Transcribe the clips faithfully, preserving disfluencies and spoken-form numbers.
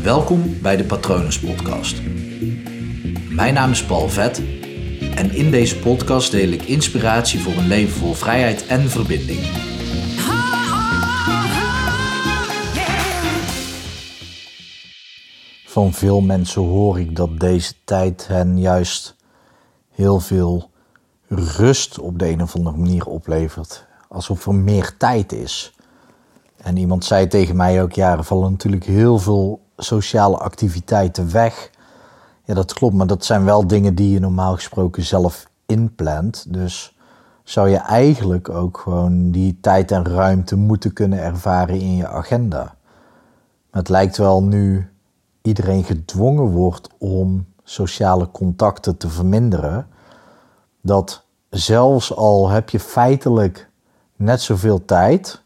Welkom bij de Patronus Podcast. Mijn naam is Paul Vet en in deze podcast deel ik inspiratie voor een leven vol vrijheid en verbinding. Van veel mensen hoor ik dat deze tijd hen juist heel veel rust op de een of andere manier oplevert. Alsof er meer tijd is. En iemand zei tegen mij ook, ja, er vallen natuurlijk heel veel sociale activiteiten weg. Ja, dat klopt, maar dat zijn wel dingen die je normaal gesproken zelf inplant. Dus zou je eigenlijk ook gewoon die tijd en ruimte moeten kunnen ervaren in je agenda. Maar het lijkt wel nu iedereen gedwongen wordt om sociale contacten te verminderen, dat zelfs al heb je feitelijk net zoveel tijd,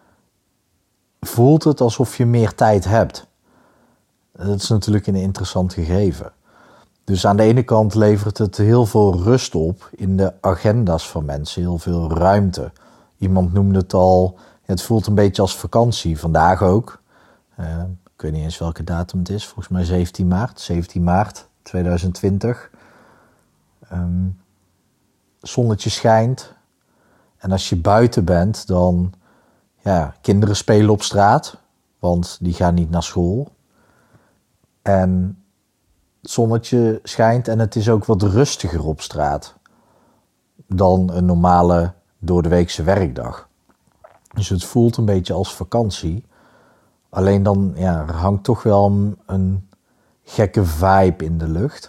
voelt het alsof je meer tijd hebt. Dat is natuurlijk een interessant gegeven. Dus aan de ene kant levert het heel veel rust op in de agenda's van mensen, heel veel ruimte. Iemand noemde het al, het voelt een beetje als vakantie, vandaag ook. Uh, ik weet niet eens welke datum het is, volgens mij zeventien maart, zeventien maart tweeduizend twintig. Um, zonnetje schijnt en als je buiten bent, dan ja, kinderen spelen op straat, want die gaan niet naar school. En het zonnetje schijnt en het is ook wat rustiger op straat dan een normale doordeweekse werkdag. Dus het voelt een beetje als vakantie. Alleen dan ja, er hangt toch wel een, een gekke vibe in de lucht.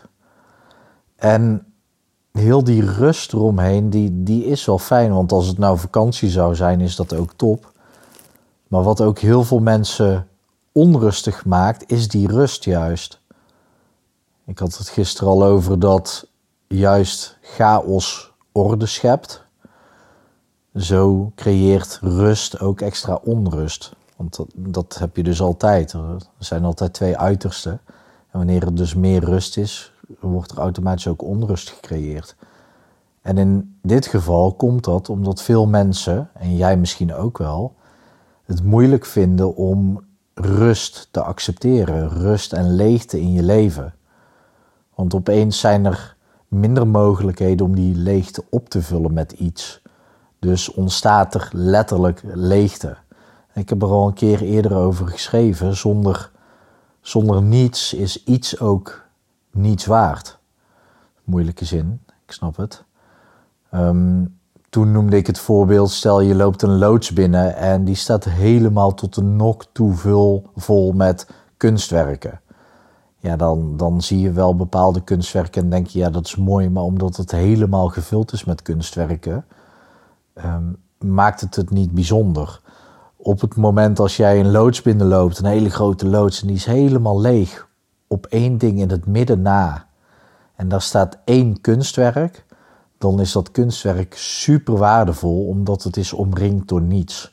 En heel die rust eromheen, die, die is wel fijn. Want als het nou vakantie zou zijn, is dat ook top. Maar wat ook heel veel mensen onrustig maakt, is die rust juist. Ik had het gisteren al over dat juist chaos orde schept. Zo creëert rust ook extra onrust. Want dat, dat heb je dus altijd. Er zijn altijd twee uitersten. En wanneer er dus meer rust is, wordt er automatisch ook onrust gecreëerd. En in dit geval komt dat omdat veel mensen, en jij misschien ook wel, het moeilijk vinden om rust te accepteren. Rust en leegte in je leven. Want opeens zijn er minder mogelijkheden om die leegte op te vullen met iets. Dus ontstaat er letterlijk leegte. Ik heb er al een keer eerder over geschreven. Zonder, zonder niets is iets ook niets waard. Moeilijke zin, ik snap het. Um, toen noemde ik het voorbeeld, stel je loopt een loods binnen en die staat helemaal tot de nok toe vol, vol met kunstwerken. Ja, dan, dan zie je wel bepaalde kunstwerken en denk je, ja, dat is mooi, maar omdat het helemaal gevuld is met kunstwerken, um, maakt het het niet bijzonder. Op het moment als jij een loods binnenloopt, een hele grote loods, en die is helemaal leeg, op één ding in het midden na, en daar staat één kunstwerk, dan is dat kunstwerk super waardevol, omdat het is omringd door niets.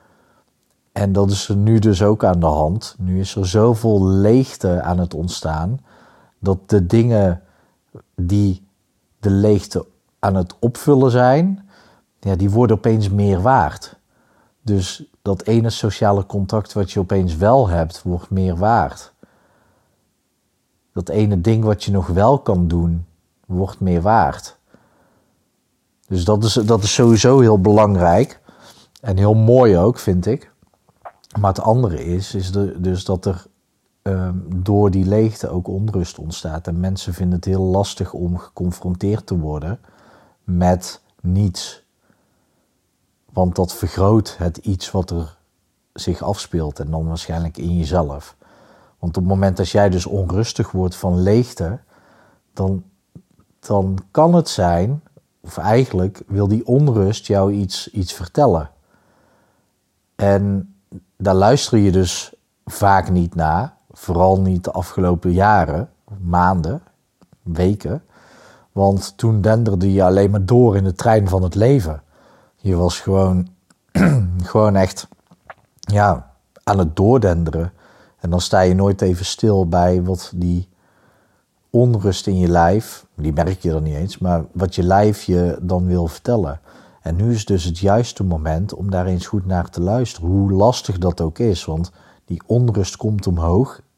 En dat is er nu dus ook aan de hand. Nu is er zoveel leegte aan het ontstaan, dat de dingen die de leegte aan het opvullen zijn, ja, die worden opeens meer waard. Dus dat ene sociale contact wat je opeens wel hebt, wordt meer waard. Dat ene ding wat je nog wel kan doen, wordt meer waard. Dus dat is, dat is sowieso heel belangrijk. En heel mooi ook, vind ik. Maar het andere is, is de, dus dat er um, door die leegte ook onrust ontstaat. En mensen vinden het heel lastig om geconfronteerd te worden met niets. Want dat vergroot het iets wat er zich afspeelt en dan waarschijnlijk in jezelf. Want op het moment dat jij dus onrustig wordt van leegte, dan, dan kan het zijn, of eigenlijk wil die onrust jou iets, iets vertellen. En daar luister je dus vaak niet naar, vooral niet de afgelopen jaren, maanden, weken. Want toen denderde je alleen maar door in de trein van het leven. Je was gewoon, gewoon echt ja, aan het doordenderen. En dan sta je nooit even stil bij wat die onrust in je lijf, die merk je dan niet eens, maar wat je lijf je dan wil vertellen. En nu is dus het juiste moment om daar eens goed naar te luisteren. Hoe lastig dat ook is, want die onrust komt omhoog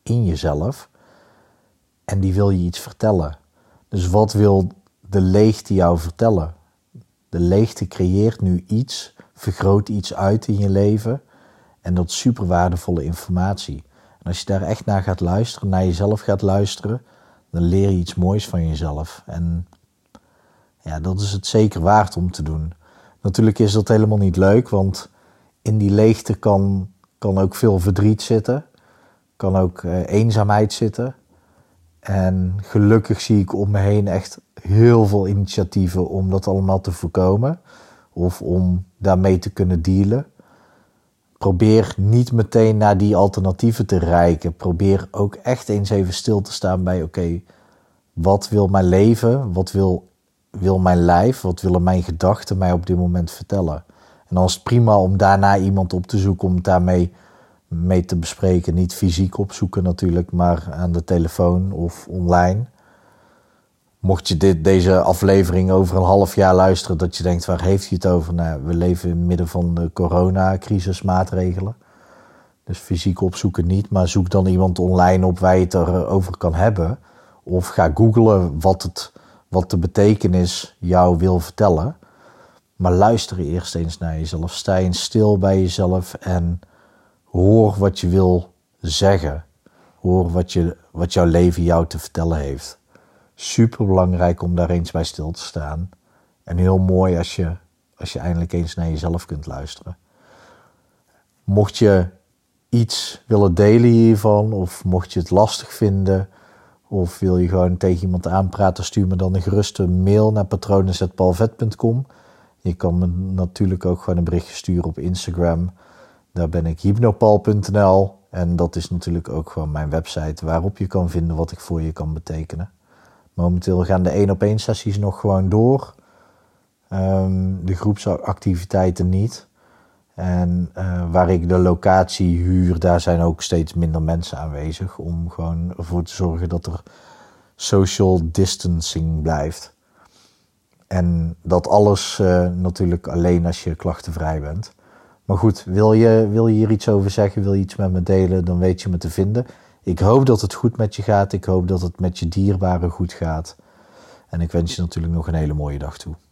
in jezelf en die wil je iets vertellen. Dus wat wil de leegte jou vertellen? De leegte creëert nu iets, vergroot iets uit in je leven en dat is super waardevolle informatie. En als je daar echt naar gaat luisteren, naar jezelf gaat luisteren, dan leer je iets moois van jezelf. En ja, dat is het zeker waard om te doen. Natuurlijk is dat helemaal niet leuk, want in die leegte kan, kan ook veel verdriet zitten. Kan ook uh, eenzaamheid zitten. En gelukkig zie ik om me heen echt heel veel initiatieven om dat allemaal te voorkomen. Of om daarmee te kunnen dealen. Probeer niet meteen naar die alternatieven te reiken. Probeer ook echt eens even stil te staan bij, oké, okay, wat wil mijn leven? Wat wil, wil mijn lijf? Wat willen mijn gedachten mij op dit moment vertellen? En dan is het prima om daarna iemand op te zoeken om het daarmee mee te bespreken. Niet fysiek opzoeken natuurlijk, maar aan de telefoon of online. Mocht je dit, deze aflevering over een half jaar luisteren dat je denkt, waar heeft hij het over? Nou, we leven in het midden van de coronacrisismaatregelen. Dus fysiek opzoeken niet, maar zoek dan iemand online op waar je het erover kan hebben. Of ga googlen wat, het, wat de betekenis jou wil vertellen. Maar luister eerst eens naar jezelf. Sta eens stil bij jezelf en hoor wat je wil zeggen. Hoor wat, je, wat jouw leven jou te vertellen heeft. Super belangrijk om daar eens bij stil te staan. En heel mooi als je, als je eindelijk eens naar jezelf kunt luisteren. Mocht je iets willen delen hiervan, of mocht je het lastig vinden, of wil je gewoon tegen iemand aanpraten, stuur me dan een geruste mail naar patronen apenstaartje paul vet punt com. Je kan me natuurlijk ook gewoon een berichtje sturen op Instagram. Daar ben ik hypnopal punt n l en dat is natuurlijk ook gewoon mijn website waarop je kan vinden wat ik voor je kan betekenen. Momenteel gaan de één op één sessies nog gewoon door. Um, de groepsactiviteiten niet. En uh, waar ik de locatie huur, daar zijn ook steeds minder mensen aanwezig. Om gewoon ervoor te zorgen dat er social distancing blijft. En dat alles uh, natuurlijk alleen als je klachtenvrij bent. Maar goed, wil je, wil je hier iets over zeggen, wil je iets met me delen, dan weet je me te vinden. Ik hoop dat het goed met je gaat. Ik hoop dat het met je dierbaren goed gaat. En ik wens je natuurlijk nog een hele mooie dag toe.